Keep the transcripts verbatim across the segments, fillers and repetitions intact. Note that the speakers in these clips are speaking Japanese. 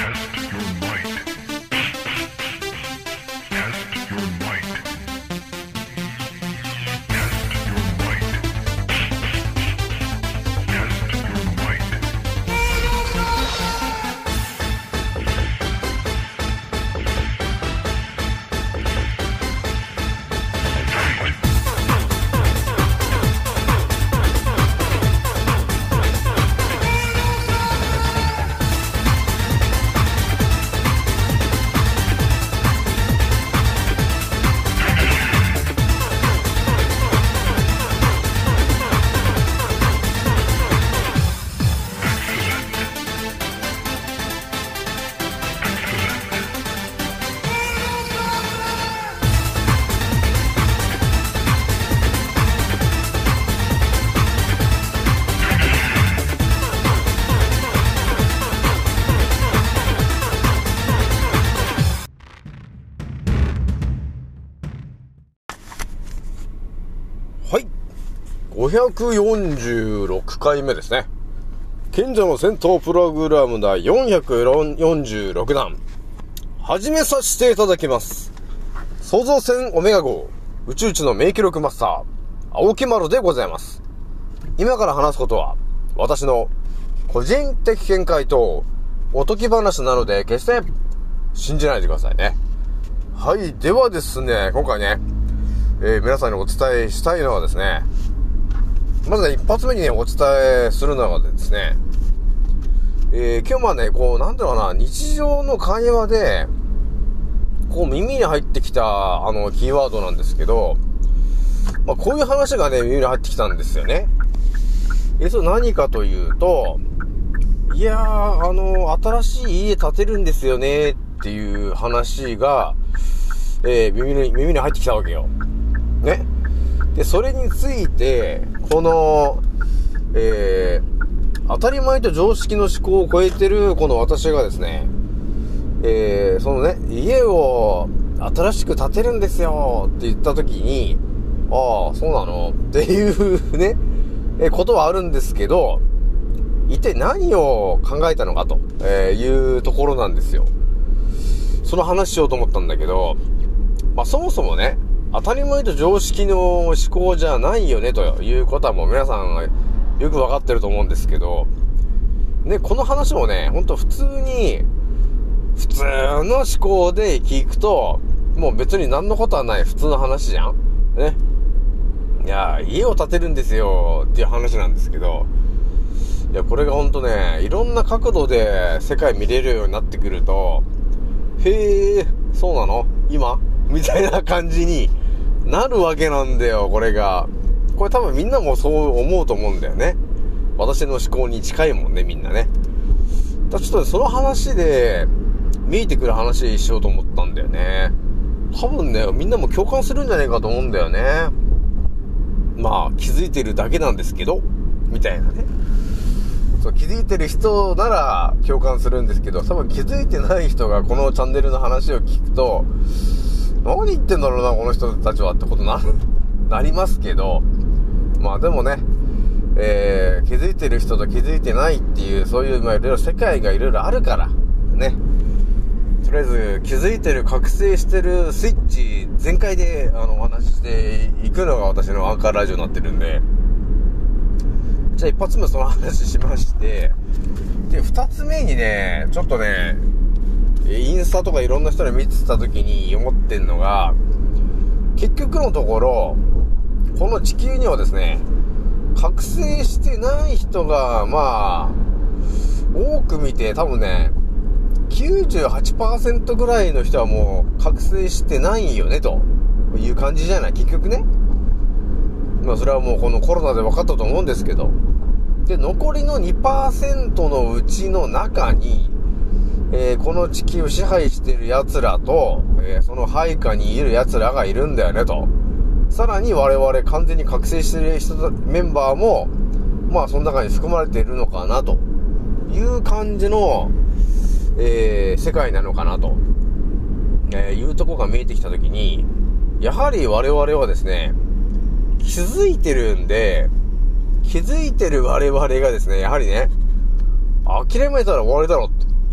ごひゃくよんじゅうろっかいめですね。賢者の戦闘プログラム第よんひゃくよんじゅうろくだん始めさせていただきます。創造船オメガ号宇宙一の名記録マスター青木丸でございます。今から話すことは私の個人的見解とおとぎ話なので決して信じないでくださいね。はい、ではですね、今回ね、えー、皆さんにお伝えしたいのはですね、まずね、一発目にね、お伝えするのはですね、えー、今日はね、こう、なんていうのかな、日常の会話で、こう、耳に入ってきた、あの、キーワードなんですけど、まあ、こういう話がね、耳に入ってきたんですよね。え、それ何かというと、いやー、あの、新しい家建てるんですよね、っていう話が、えー、耳に、耳に入ってきたわけよ。ね。で、それについて、この、えー、当たり前と常識の思考を超えてる、この私がですね、えー、そのね、家を新しく建てるんですよって言った時に、ああ、そうなのっていうね、えー、ことはあるんですけど、一体何を考えたのかと、えー、いうところなんですよ。その話しようと思ったんだけど、まあそもそもね、当たり前と常識の思考じゃないよねということはもう皆さんよくわかってると思うんですけど、ね、この話もね、ほんと普通に、普通の思考で聞くと、もう別に何のことはない普通の話じゃんね。いや、家を建てるんですよっていう話なんですけど、いや、これがほんとね、いろんな角度で世界見れるようになってくると、へー、そうなの今みたいな感じになるわけなんだよ、これが。これ多分みんなもそう思うと思うんだよね。私の思考に近いもんね、みんなね。だちょっとその話で見えてくる話しようと思ったんだよね。多分ね、みんなも共感するんじゃないかと思うんだよね。まあ、気づいてるだけなんですけど、みたいなね。そう、気づいてる人なら共感するんですけど、多分気づいてない人がこのチャンネルの話を聞くと、何言ってんだろうなこの人たちはってことななりますけど、まあでもね、えー、気づいてる人と気づいてないっていう、そういうまあいろいろ世界がいろいろあるからね。とりあえず気づいてる、覚醒してるスイッチ全開であのお話ししていくのが私のアンカーラジオになってるんで、じゃあ一発目その話しまして、で二つ目にね、ちょっとね、インスタとかいろんな人に見てた時に思ってんのが、結局のところこの地球にはですね、覚醒してない人がまあ多く見て、多分ね きゅうじゅうはちパーセント ぐらいの人はもう覚醒してないよねという感じじゃない、結局ね。まあそれはもうこのコロナで分かったと思うんですけど、で残りの にパーセント のうちの中に、えー、この地球を支配している奴らと、えー、その配下にいる奴らがいるんだよねと。さらに我々完全に覚醒している人メンバーもまあその中に含まれているのかなという感じの、えー、世界なのかなと、えー、いうところが見えてきたときに、やはり我々はですね、気づいてるんで、気づいてる我々がですね、やはりね、諦めたら終わりだろって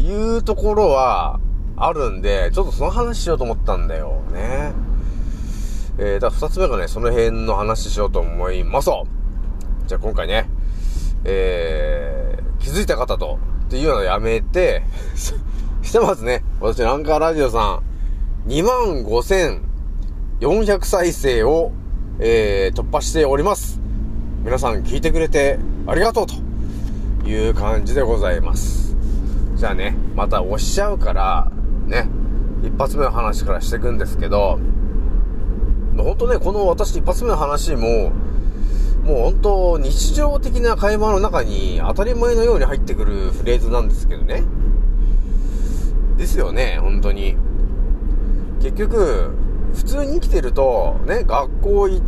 いうところはあるんで、ちょっとその話しようと思ったんだよね。えー、だから二つ目がね、その辺の話しようと思います。じゃあ今回ね、えー、気づいた方と、っていうのをやめて、ひとまずね、私のアンカーラジオさん、にまんごせんよんひゃく再生を、えー、突破しております。皆さん聞いてくれてありがとうという感じでございます。じゃあね、また押しちゃうから、ね、一発目の話からしていくんですけど、ほんとね、この私一発目の話も、もうほんと日常的な会話の中に当たり前のように入ってくるフレーズなんですけどね。ですよね、本当に。結局、普通に生きてると、ね、学校行って、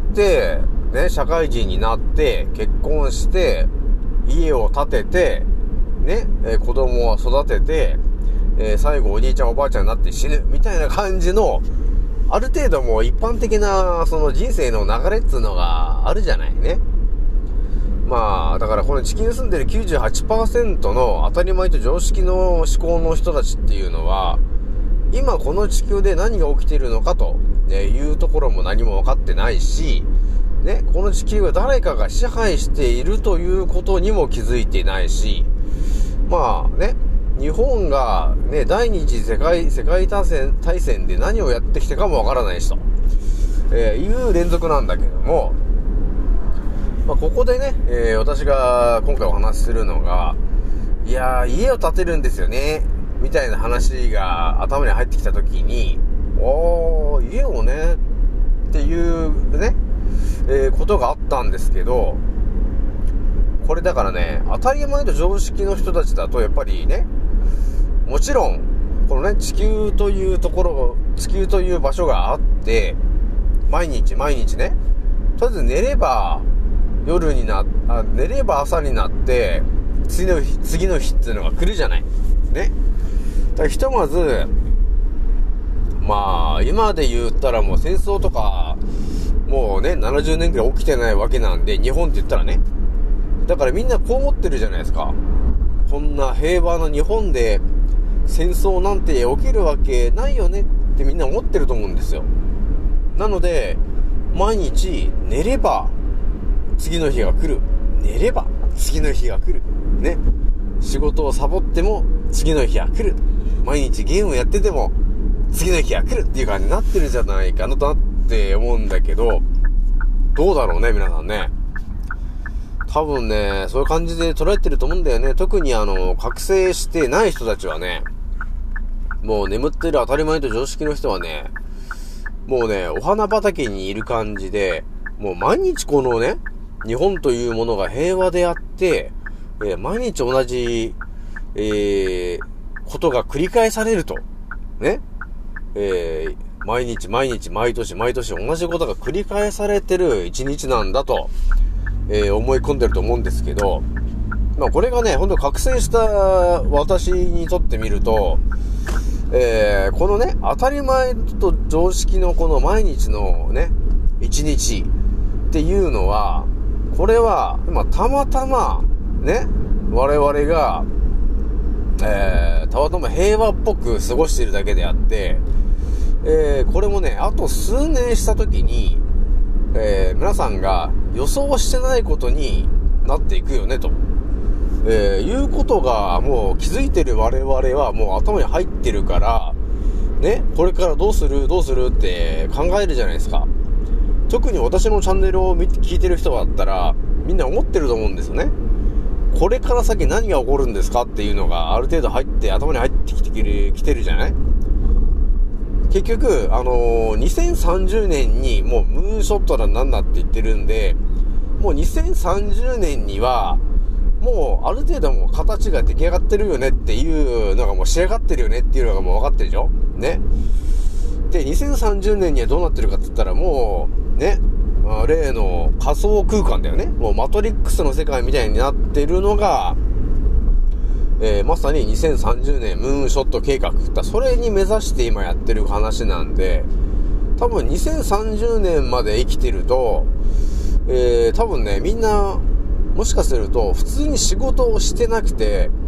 ね、社会人になって、結婚して、家を建てて、ね、えー、子供を育てて、えー、最後おじいちゃんおばあちゃんになって死ぬ、みたいな感じの、ある程度もう一般的な、その人生の流れっつうのがあるじゃないね。まあ、だからこの地球に住んでる きゅうじゅうはちパーセント の当たり前と常識の思考の人たちっていうのは、今この地球で何が起きているのかと、ね、いうところも何も分かってないし、ね、この地球は誰かが支配しているということにも気づいていないし、まあね、日本がね、第二次世界、世界大戦、大戦で何をやってきたかもわからないしと、えー、いう連続なんだけども、まあ、ここでね、えー、私が今回お話しするのが、いやー、家を建てるんですよね、みたいな話が頭に入ってきたときに、おー、家をね、っていうね、えー、ことがあったんですけど、これだからね、当たり前と常識の人たちだとやっぱりね、もちろんこのね、地球というところ、地球という場所があって、毎日毎日ね、とりあえず寝れば夜になあ寝れば朝になって次の日次の日っていうのが来るじゃないね。だからひとまず、まあ今で言ったらもう戦争とかもうねななじゅうねんくらい起きてないわけなんで、日本って言ったらね、だからみんなこう思ってるじゃないですか。こんな平和な日本で戦争なんて起きるわけないよねってみんな思ってると思うんですよ。なので毎日寝れば次の日が来る、寝れば次の日が来るね、仕事をサボっても次の日が来る、毎日ゲームやってても次の日が来るっていう感じになってるじゃないかなとなって思うんだけど、どうだろうね皆さんね。多分ね、そういう感じで捉えてると思うんだよね。特にあの覚醒してない人たちはね、もう眠ってる当たり前と常識の人はね、もうね、お花畑にいる感じで、もう毎日このね、日本というものが平和であって、えー、毎日同じ、えー、ことが繰り返されると。ね。えー、毎日毎日毎年毎年同じことが繰り返されてる一日なんだと、えー、思い込んでると思うんですけど、まあこれがね、ほんと覚醒した私にとってみると、えー、このね、当たり前と常識のこの毎日のね、一日っていうのは、これは、まあ、たまたま、ね、我々が、えー、たまたま平和っぽく過ごしているだけであって、えー、これもね、あと数年したときに、えー、皆さんが予想してないことになっていくよね、と。えー、いうことがもう気づいてる我々はもう頭に入ってるから、ね、これからどうするどうするって考えるじゃないですか。特に私のチャンネルを見て聞いてる人だったらみんな思ってると思うんですよね。これから先何が起こるんですかっていうのがある程度入って頭に入ってきてる、きてるじゃない。結局あのー、にせんさんじゅうねんにもうムーンショットだなんだって言ってるんで、もうにせんさんじゅうねんにはもうある程度もう形が出来上がってるよねっていうのがもう仕上がってるよねっていうのがもう分かってるでしょね。でにせんさんじゅうねんにはどうなってるかって言ったら、もうね、例の仮想空間だよね。もうマトリックスの世界みたいになってるのが、えー、まさににせんさんじゅうねんムーンショット計画ってそれに目指して今やってる話なんで、多分にせんさんじゅうねんまで生きてると、えー、多分ねみんなもしかすると普通に仕事をしてなくて、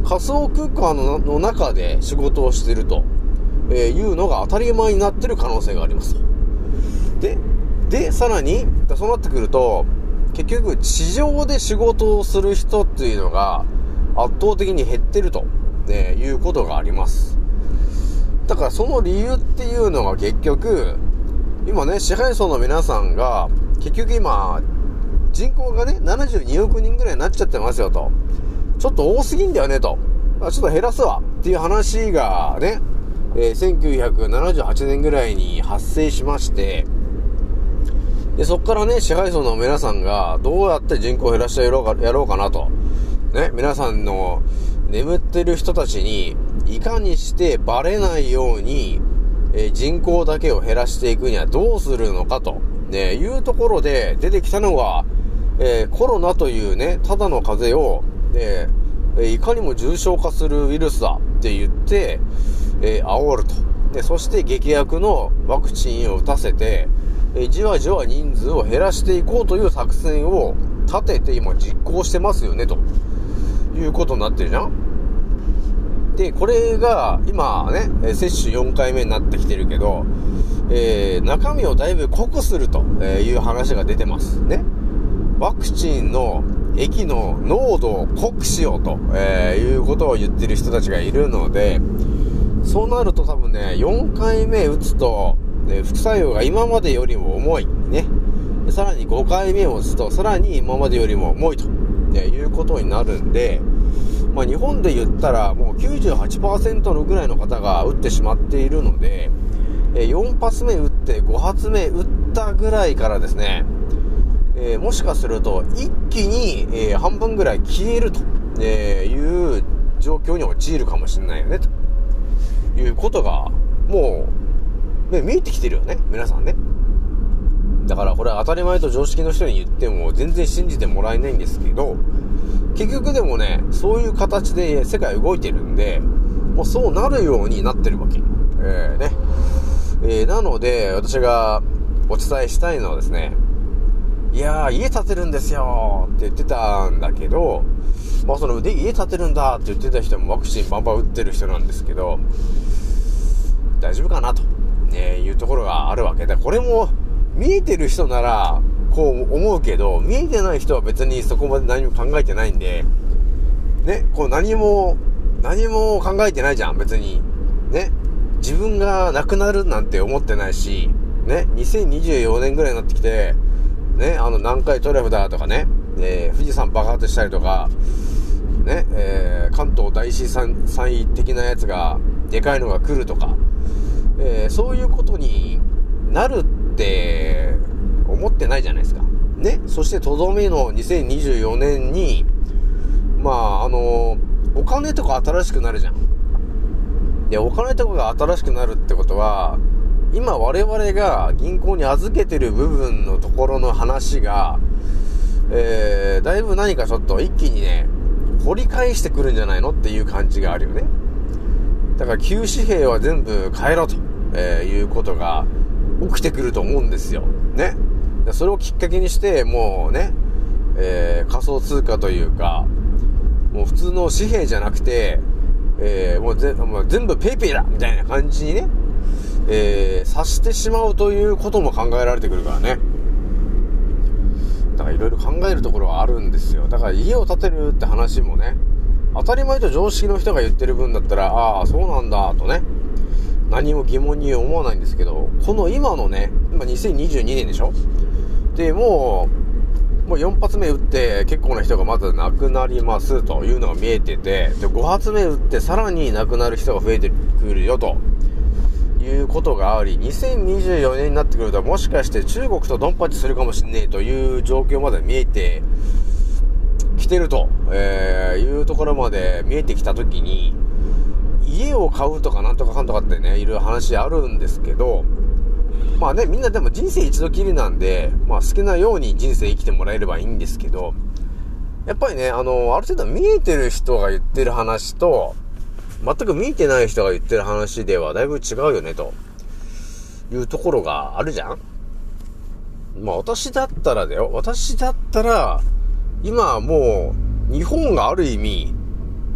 仮想空間 の, の中で仕事をしていると、えー、いうのが当たり前になっている可能性があります。で、で、さらに、そうなってくると、結局地上で仕事をする人っていうのが圧倒的に減ってると、ね、いうことがあります。だからその理由っていうのが結局、今ね、支配層の皆さんが、結局今、人口がね、ななじゅうにおくにんぐらいになっちゃってますよと。ちょっと多すぎんだよねと。ちょっと減らすわっていう話がね、えー、せんきゅうひゃくななじゅうはちねんぐらいに発生しまして、で、そっからね、支配層の皆さんがどうやって人口を減らしてやろうか、やろうかなと。ね、皆さんの眠ってる人たちに、いかにしてバレないように、えー、人口だけを減らしていくにはどうするのかと、ね、いうところで出てきたのが、えー、コロナというね、ただの風邪を、ね、えー、いかにも重症化するウイルスだって言って、えー、煽ると。で、そして劇薬のワクチンを打たせて、えー、じわじわ人数を減らしていこうという作戦を立てて今実行してますよね、ということになってるじゃん。で、これが今ね、接種よんかいめになってきてるけど、えー、中身をだいぶ濃くするという話が出てますね。ワクチンの液の濃度を濃くしようと、えー、いうことを言ってる人たちがいるので、そうなると多分ね、よんかいめ打つと、ね、副作用が今までよりも重いね。さらにごかいめを打つとさらに今までよりも重いと、ね、いうことになるんで、まあ、日本で言ったらもう きゅうじゅうはちパーセント のぐらいの方が打ってしまっているので、よんぱつめ打ってごはつめ打ったぐらいからですね、えー、もしかすると一気に、えー、半分ぐらい消えると、えー、いう状況に陥るかもしれないよねということがもう、ね、見えてきてるよね、皆さんね。だからこれは当たり前と常識の人に言っても全然信じてもらえないんですけど、結局でもね、そういう形で世界動いてるんで、もうそうなるようになってるわけ。えー、ね。えー、なので、私がお伝えしたいのはですね、いやー、家建てるんですよって言ってたんだけど、まあその、で、家建てるんだって言ってた人もワクチンバンバン打ってる人なんですけど、大丈夫かなと、ね、いうところがあるわけで、これも見えてる人なら、こう思うけど、見えてない人は別にそこまで何も考えてないんで、ね、こう何も、何も考えてないじゃん、別に。ね、自分が亡くなるなんて思ってないし、ね、にせんにじゅうよねんぐらいになってきて、ね、あの南海トラフだとかね、えー、富士山爆発したりとか、ね、えー、関東大震災的なやつが、でかいのが来るとか、えー、そういうことになるって、思ってないじゃないですか。ね。そしてとどめのにせんにじゅうよねんに、まあ、あの、お金とか新しくなるじゃん。で、お金とかが新しくなるってことは、今我々が銀行に預けてる部分のところの話が、えー、だいぶ何かちょっと一気にね、掘り返してくるんじゃないのっていう感じがあるよね。だから旧紙幣は全部変えろと、えー、いうことが起きてくると思うんですよ。ね。それをきっかけにしてもうね、えー、仮想通貨というかもう普通の紙幣じゃなくて、えー、もうぜもう全部ペイペイだみたいな感じにね、えー、さしてしまうということも考えられてくるからね。だからいろいろ考えるところはあるんですよ。だから家を建てるって話もね、当たり前と常識の人が言ってる分だったら、ああそうなんだとね、何も疑問に思わないんですけど、この今のね、今にせんにじゅうにねんでしょ。で、もう、もうよんぱつめ打って結構な人がまず亡くなりますというのが見えてて、で、ごはつめ打ってさらに亡くなる人が増えてくるよということがあり、にせんにじゅうよねんになってくるともしかして中国とドンパチするかもしんねえという状況まで見えてきてると、えー、いうところまで見えてきたときに、家を買うとかなんとかかんとかってね、いろいろ話あるんですけど、まあね、みんなでも人生一度きりなんで、まあ好きなように人生生きてもらえればいいんですけど、やっぱりね、あの、ある程度見えてる人が言ってる話と、全く見えてない人が言ってる話ではだいぶ違うよね、というところがあるじゃん。まあ私だったらだよ、私だったら、今はもう、日本がある意味、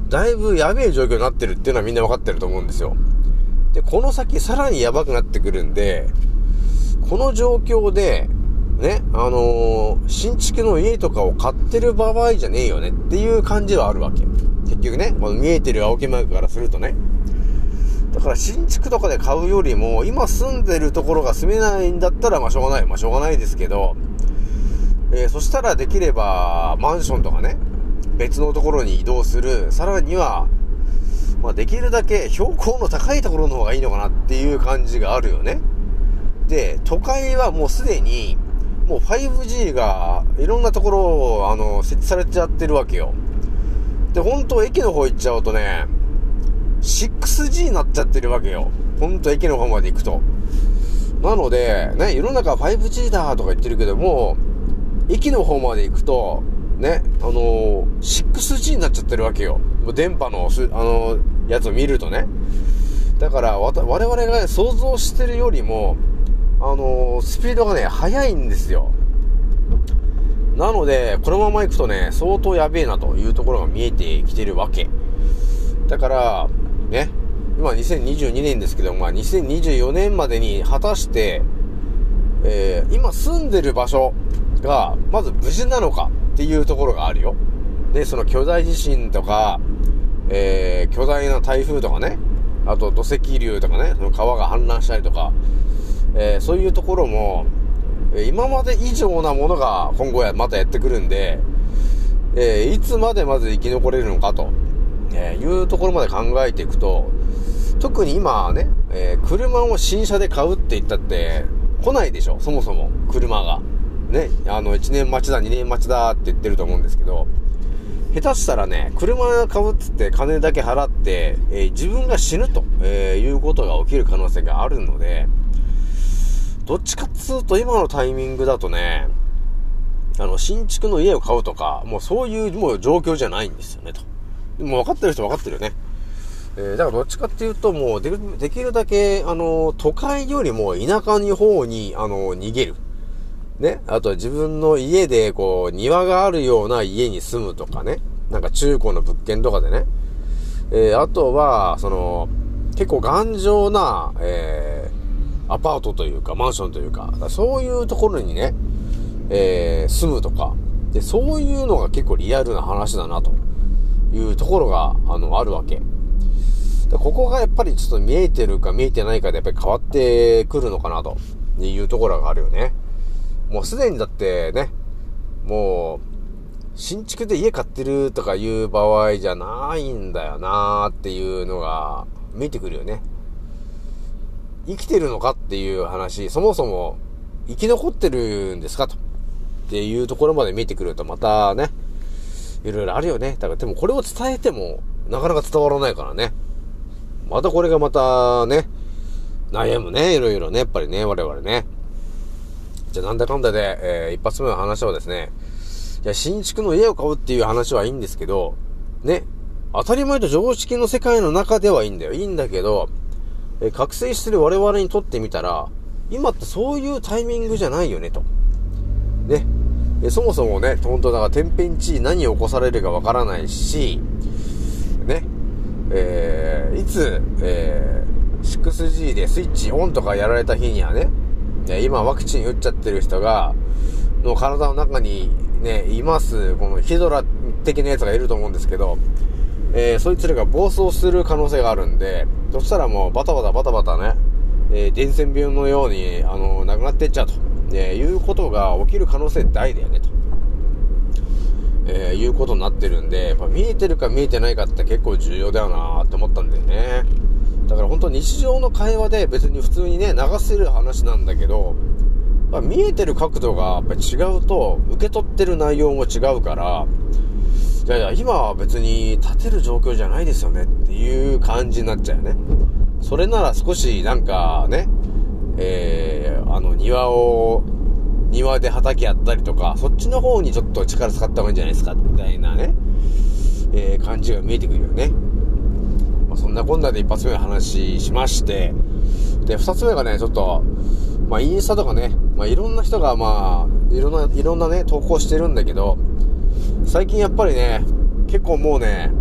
だいぶやべえ状況になってるっていうのはみんな分かってると思うんですよ。で、この先さらにやばくなってくるんで、この状況で、ね、あのー、新築の家とかを買ってる場合じゃねえよねっていう感じはあるわけ。結局ね、この見えてる青木マークからするとね。だから新築とかで買うよりも、今住んでるところが住めないんだったら、まあしょうがない。まあしょうがないですけど、えー、そしたらできれば、マンションとかね、別のところに移動する、さらには、まあできるだけ標高の高いところの方がいいのかなっていう感じがあるよね。で、都会はもうすでに、もう ファイブジー がいろんなところをあの設置されちゃってるわけよ。で、本当駅の方行っちゃうとね、シックスジー になっちゃってるわけよ。本当駅の方まで行くと。なので、ね、世の中 ファイブジー だとか言ってるけども、駅の方まで行くと、ね、あのー、シックスジー になっちゃってるわけよ。電波の、あのー、やつを見るとね。だから、わた、我々が想像してるよりも、あのー、スピードがね、速いんですよ。なので、このまま行くとね、相当やべえなというところが見えてきてるわけ。だから、ね、今にせんにじゅうにねんですけど、まあにせんにじゅうよねんまでに果たして、えー、今住んでる場所が、まず無事なのかっていうところがあるよ。で、その巨大地震とか、えー、巨大な台風とかね、あと土石流とかね、その川が氾濫したりとか、えー、そういうところも、今まで以上なものが今後やまたやってくるんで、えー、いつまでまず生き残れるのかと、えー、いうところまで考えていくと、特に今ね、えー、車を新車で買うって言ったって来ないでしょ、そもそも車がね、あのいちねん待ちだにねん待ちだって言ってると思うんですけど、下手したらね、車買うっつって金だけ払って、えー、自分が死ぬと、えー、いうことが起きる可能性があるので、どっちかっつうと今のタイミングだとね、あの新築の家を買うとか、もうそういうもう状況じゃないんですよねと。もう分かってる人分かってるよね。えー、だからどっちかっていうと、もうで、できるだけあの都会よりも田舎の方にあの逃げる。ね、あとは自分の家でこう庭があるような家に住むとかね、なんか中古の物件とかでね、えー、あとはその結構頑丈な、えー、アパートというかマンションというか、そういうところにね、えー、住むとかで、そういうのが結構リアルな話だなというところがあのあるわけで、ここがやっぱりちょっと見えてるか見えてないかでやっぱり変わってくるのかなというところがあるよね。もうすでにだってね、もう新築で家買ってるとかいう場合じゃないんだよなーっていうのが見えてくるよね。生きてるのかっていう話、そもそも生き残ってるんですかとっていうところまで見えてくると、またね、いろいろあるよね。だからでもこれを伝えてもなかなか伝わらないからね。またこれがまたね、悩むね、いろいろね、やっぱりね、我々ね。じゃあなんだかんだで、えー、一発目の話はですね、いや新築の家を買うっていう話はいいんですけど、ね、当たり前と常識の世界の中ではいいんだよ。いいんだけど、えー、覚醒してる我々にとってみたら、今ってそういうタイミングじゃないよねと。ね、えー、そもそもね、本当だから天変地異何を起こされるかわからないし、ね、えー、いつ、えー、シックスジー でスイッチオンとかやられた日にはね、今ワクチン打っちゃってる人がの体の中にねいますこのヒドラ的なやつがいると思うんですけど、えー、そいつらが暴走する可能性があるんで、そしたらもうバタバタバタバタね、えー、伝染病のようにあのなくなっていっちゃうと、えー、いうことが起きる可能性大だよねと、えー、いうことになってるんで、やっぱ見えてるか見えてないかって結構重要だよなって思ったんだよね。だから本当日常の会話で別に普通にね流せる話なんだけど、まあ、見えてる角度がやっぱり違うと受け取ってる内容も違うから、いやいや今は別に立てる状況じゃないですよねっていう感じになっちゃうよね。それなら少しなんかね、えー、あの庭を庭で畑やったりとか、そっちの方にちょっと力使った方がいいんじゃないですかみたいなね、えー、感じが見えてくるよね。そんなこんなで一発目の話しまして、で二つ目がねちょっとまあインスタとかね、まあいろんな人がまあいろんないろんなね投稿してるんだけど、最近やっぱりね結構もうね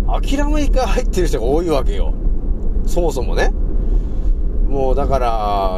諦めが入ってる人が多いわけよ。そもそもね。もうだから、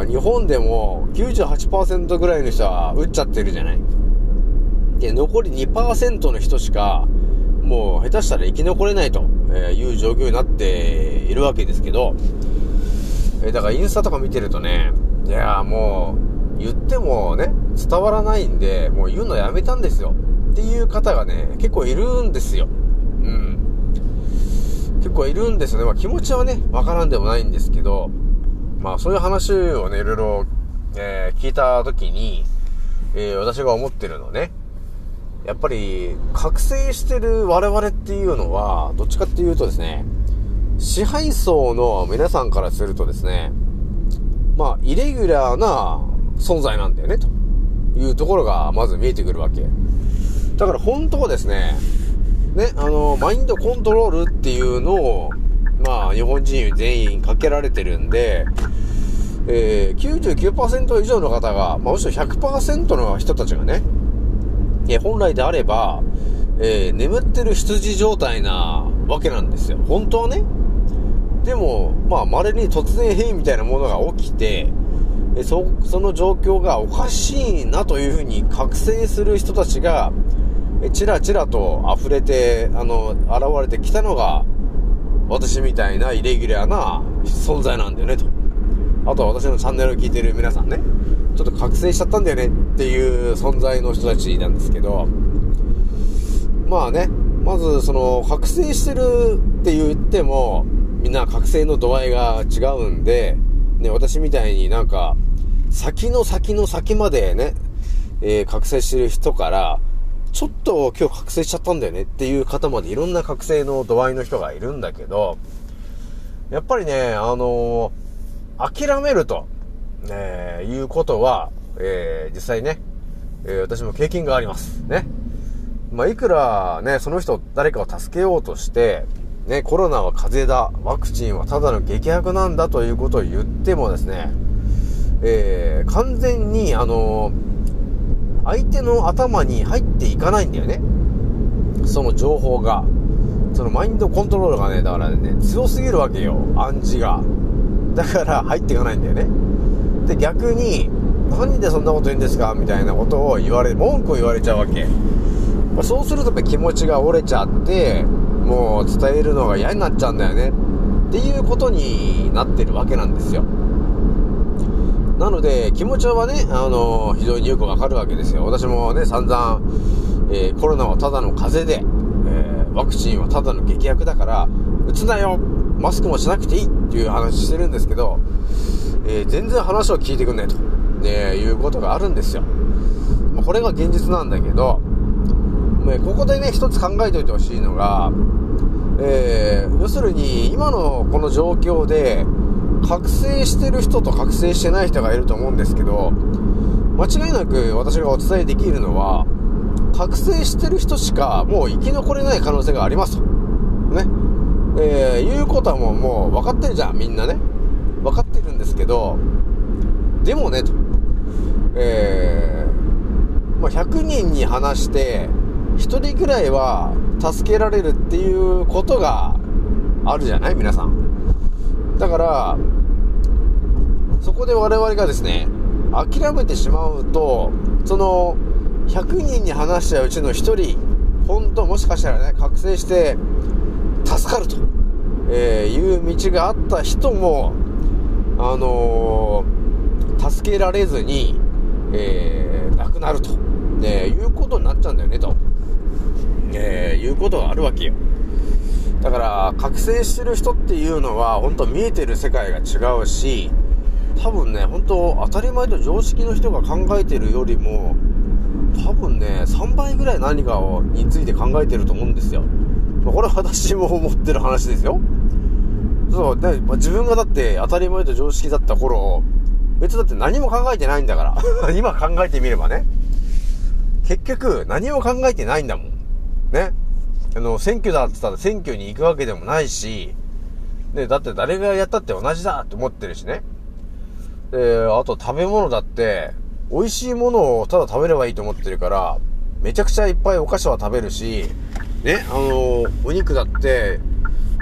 日本でも きゅうじゅうはちパーセント ぐらいの人は打っちゃってるじゃない。で、残り にパーセント の人しか、もう下手したら生き残れないという状況になっているわけですけど、えだからインスタとか見てるとね、いやもう言ってもね伝わらないんで、もう言うのやめたんですよっていう方がね結構いるんですよ。うん結構いるんですよね。まあ気持ちはねわからんでもないんですけど、まあそういう話をねいろいろ、えー、聞いた時に、えー、私が思ってるのね、やっぱり覚醒してる我々っていうのはどっちかっていうとですね、支配層の皆さんからするとですね、まあイレギュラーな存在なんだよねというところがまず見えてくるわけだから、本当はですねね、あのマインドコントロールっていうのをまあ日本人全員かけられてるんで、えー、きゅうじゅうきゅうパーセント 以上の方が、まあ、むしろ ひゃくパーセント の人たちがね、えー、本来であれば、えー、眠ってる羊状態なわけなんですよ、本当はね。でもまあ稀に突然変異みたいなものが起きて、えー、そ, その状況がおかしいなというふうに覚醒する人たちが、えー、ちらちらと溢れてあの現れてきたのが私みたいなイレギュラーな存在なんだよねと。あとは私のチャンネルを聞いてる皆さんね、ちょっと覚醒しちゃったんだよねっていう存在の人たちなんですけど、まあね、まずその覚醒してるって言ってもみんな覚醒の度合いが違うんで、ね、私みたいになんか先の先の先までね、えー、覚醒してる人からちょっと今日覚醒しちゃったんだよねっていう方までいろんな覚醒の度合いの人がいるんだけど、やっぱりね、あのー、諦めると、ね、いうことは、えー、実際ね、えー、私も経験がありますね。まあ、いくらね、その人誰かを助けようとしてね、コロナは風邪だ、ワクチンはただの劇薬なんだということを言ってもですね、えー、完全にあのー相手の頭に入っていかないんだよね、その情報が。そのマインドコントロールがね、だからね強すぎるわけよ、暗示が。だから入っていかないんだよね。で逆に何でそんなこと言うんですかみたいなことを言われ文句を言われちゃうわけ。そうすると気持ちが折れちゃって、もう伝えるのが嫌になっちゃうんだよねっていうことになってるわけなんですよ。なので気持ちはね、あのー、非常によくわかるわけですよ。私もね散々、えー、コロナはただの風邪で、えー、ワクチンはただの劇薬だから打つなよ、マスクもしなくていいっていう話してるんですけど、えー、全然話を聞いてくんないと、ね、いうことがあるんですよ。まあ、これが現実なんだけど、まあ、ここでね一つ考えておいてほしいのが、えー、要するに今のこの状況で覚醒してる人と覚醒してない人がいると思うんですけど、間違いなく私がお伝えできるのは、覚醒してる人しかもう生き残れない可能性がありますとね、えー、いうことはもうもう分かってるじゃん、みんなね分かってるんですけど、でもねと、えー、まあ、ひゃくにんに話してひとりぐらいは助けられるっていうことがあるじゃない皆さん。だからそこで我々がですね諦めてしまうと、そのひゃくにんに話したうちのひとり、本当もしかしたらね覚醒して助かると、えー、いう道があった人もあのー、助けられずに、えー、亡くなると、ね、いうことになっちゃうんだよねと、えー、いうことがあるわけよ。だから覚醒してる人っていうのは本当見えてる世界が違うし、多分ね本当当たり前と常識の人が考えてるよりも多分ねさんばいぐらい何かをについて考えてると思うんですよ。まあ、これは私も思ってる話ですよ。そうで、まあ、自分がだって当たり前と常識だった頃別だって何も考えてないんだから今考えてみればね、結局何も考えてないんだもんね。あの選挙だって言ったら選挙に行くわけでもないし、ね、だって誰がやったって同じだって思ってるしね。で、あと食べ物だって美味しいものをただ食べればいいと思ってるから、めちゃくちゃいっぱいお菓子は食べるしね、あのお肉だって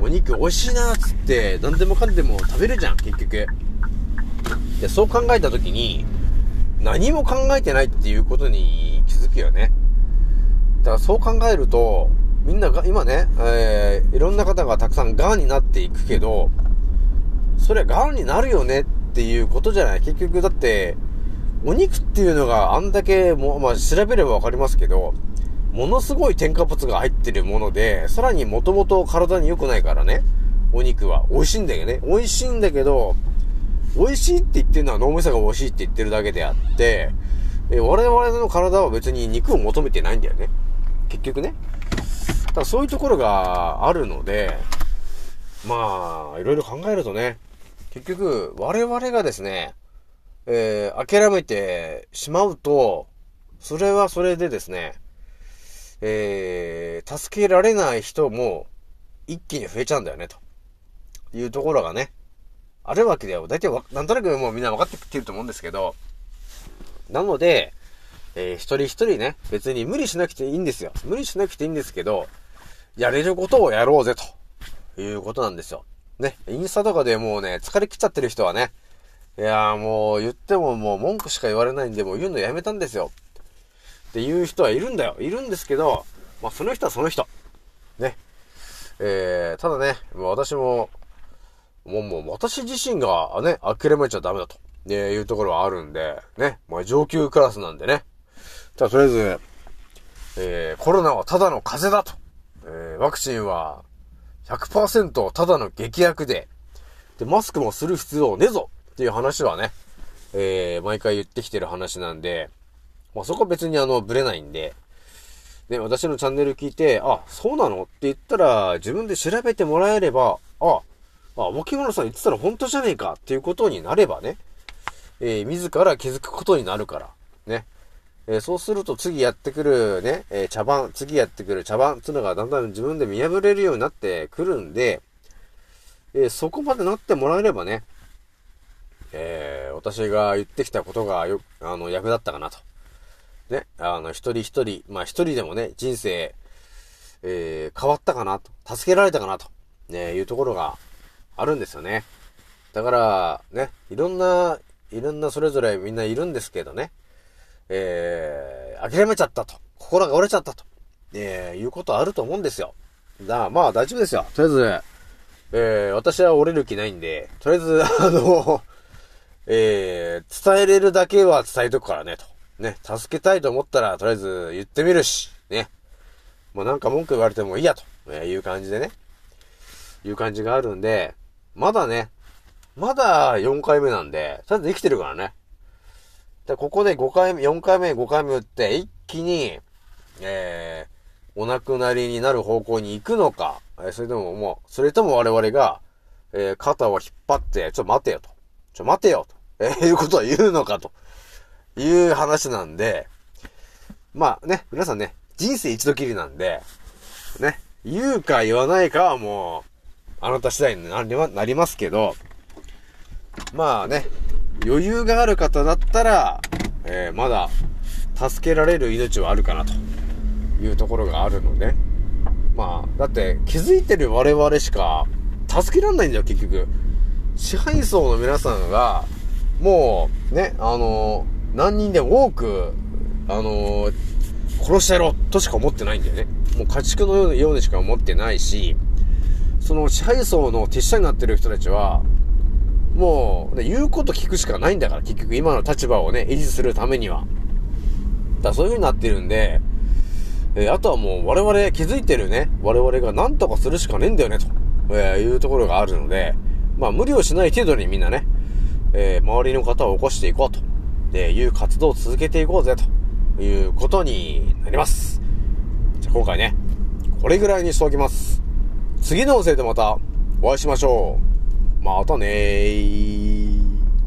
お肉美味しいなーっつって何でもかんでも食べるじゃん結局。でそう考えた時に何も考えてないっていうことに気づくよね。だからそう考えるとみんなが今ね、えー、いろんな方がたくさんがんになっていくけど、それはがんになるよねっていうことじゃない。結局だってお肉っていうのがあんだけも、まあ、調べればわかりますけど、ものすごい添加物が入ってるもので、さらにもともと体に良くないからね、お肉は美味しいんだよね。美味しいんだけど、美味しいって言ってるのは脳みそが美味しいって言ってるだけであって、え我々の体は別に肉を求めてないんだよね。結局ね。だからそういうところがあるので、まあ、いろいろ考えるとね、結局、我々がですね、えー、諦めてしまうと、それはそれでですね、えー、助けられない人も一気に増えちゃうんだよね、というところがね、あるわけだよ。だいたいなんとなくもうみんな分かってきてると思うんですけど、なので、えー、一人一人ね、別に無理しなくていいんですよ。無理しなくていいんですけど、やれることをやろうぜ、ということなんですよ。ね、インスタとかでもうね、疲れ切っちゃってる人はね、いやーもう言ってももう文句しか言われないんで、もう言うのやめたんですよ。っていう人はいるんだよ。いるんですけど、まあその人はその人。ね。えー、ただね、私も、もうもう私自身がね、諦めちゃダメだと、ね、いうところはあるんで、ね。まあ上級クラスなんでね。じゃあとりあえず、えー、コロナはただの風邪だと。えー、ワクチンは ひゃくパーセント ただの劇薬で、で、マスクもする必要ねえぞっていう話はね、えー、毎回言ってきてる話なんで、まあ、そこは別にあの、ブレないんで、ね、私のチャンネル聞いて、あ、そうなのって言ったら、自分で調べてもらえれば、あ、あ、脇村さん言ってたら本当じゃねえかっていうことになればね、えー、自ら気づくことになるから、ね。えー、そうすると次やってくるね、えー、茶番、次やってくる茶番っていうのがだんだん自分で見破れるようになってくるんで、えー、そこまでなってもらえればね、えー、私が言ってきたことがよ、あの、役立ったかなと。ね、あの、一人一人、まあ一人でもね、人生、えー、変わったかなと、助けられたかなと、ね、いうところがあるんですよね。だから、ね、いろんな、いろんなそれぞれみんないるんですけどね、えー、諦めちゃったと、心が折れちゃったと、えー、いうことあると思うんですよ。だからまあ大丈夫ですよ。とりあえず、えー、私は折れる気ないんで、とりあえず、あの、えー、伝えれるだけは伝えとくからね、と。ね、助けたいと思ったら、とりあえず言ってみるし、ね。まあなんか文句言われてもいいや、と、えー、いう感じでね。いう感じがあるんで、まだね、まだよんかいめなんで、ちゃんと生きてるからね。で、ここでごかいめ、よんかいめ、ごかいめ打って、一気に、えー、お亡くなりになる方向に行くのか、えー、それとももう、それとも我々が、えー、肩を引っ張って、ちょ、待てよと。ちょ、待てよと。えー、いうことを言うのかと。いう話なんで、まあね、皆さんね、人生一度きりなんで、ね、言うか言わないかはもう、あなた次第になりま、なりますけど、まあね、余裕がある方だったら、えー、まだ、助けられる命はあるかなというところがあるので、まあ、だって気づいてる我々しか助けられないんだよ、結局。支配層の皆さんが、もう、ね、あのー、何人でも多く、あのー、殺してやろうとしか思ってないんだよね。もう家畜のようにしか思ってないし、その支配層の手下になってる人たちは、もう、ね、言うこと聞くしかないんだから、結局今の立場をね、維持するためには。だからそういう風になってるんで、えー、あとはもう我々気づいてるね、我々が何とかするしかねえんだよね、と、えー、いうところがあるので、まあ無理をしない程度にみんなね、えー、周りの方を起こしていこうと、でいう活動を続けていこうぜということになります。じゃあ今回ね、これぐらいにしておきます。次の音声でまたお会いしましょう。またねー。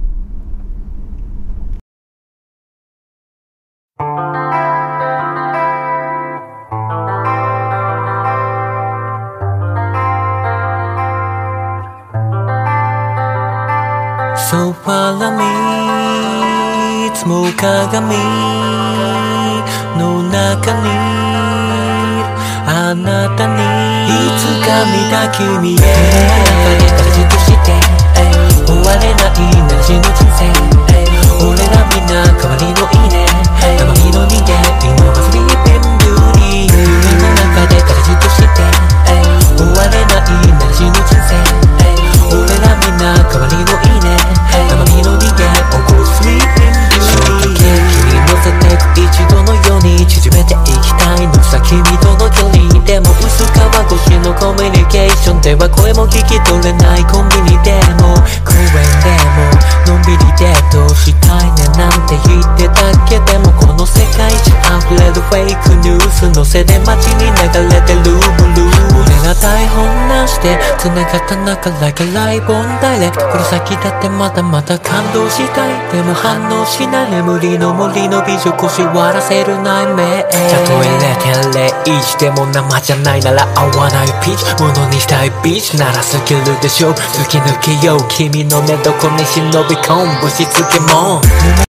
ソファーにいつも鏡の中にあなたにいつか見た君へ中で形として終われないならしの人生俺らみんな代わりのいいね生身の人間今はスリーピングリー夢の中で形として終われないならしの人生俺らみんな代わりのいいね生身の人間起こすスリーピングリーショートケーキに乗せてく一度のように縮めていきたいのさ君との距離でも薄皮越しのコミュニケーションでは声も聞き取れないコンビニでも公園でものんびりデートしたいねなんて言ってたけでもこの世界中溢れるフェイクニュースのせで街に流れてるブルー俺ら台本なしで繋がった中 like a live on direct この先だってまだまだ感動したいでも反応しない眠りの森の美女腰割らせる内面たとえ れいてんれいいち でも生じゃないなら合わないピーチものにしたいビーチならスキルでしょ突き抜けよう君の寝床に忍び込むぶしつけも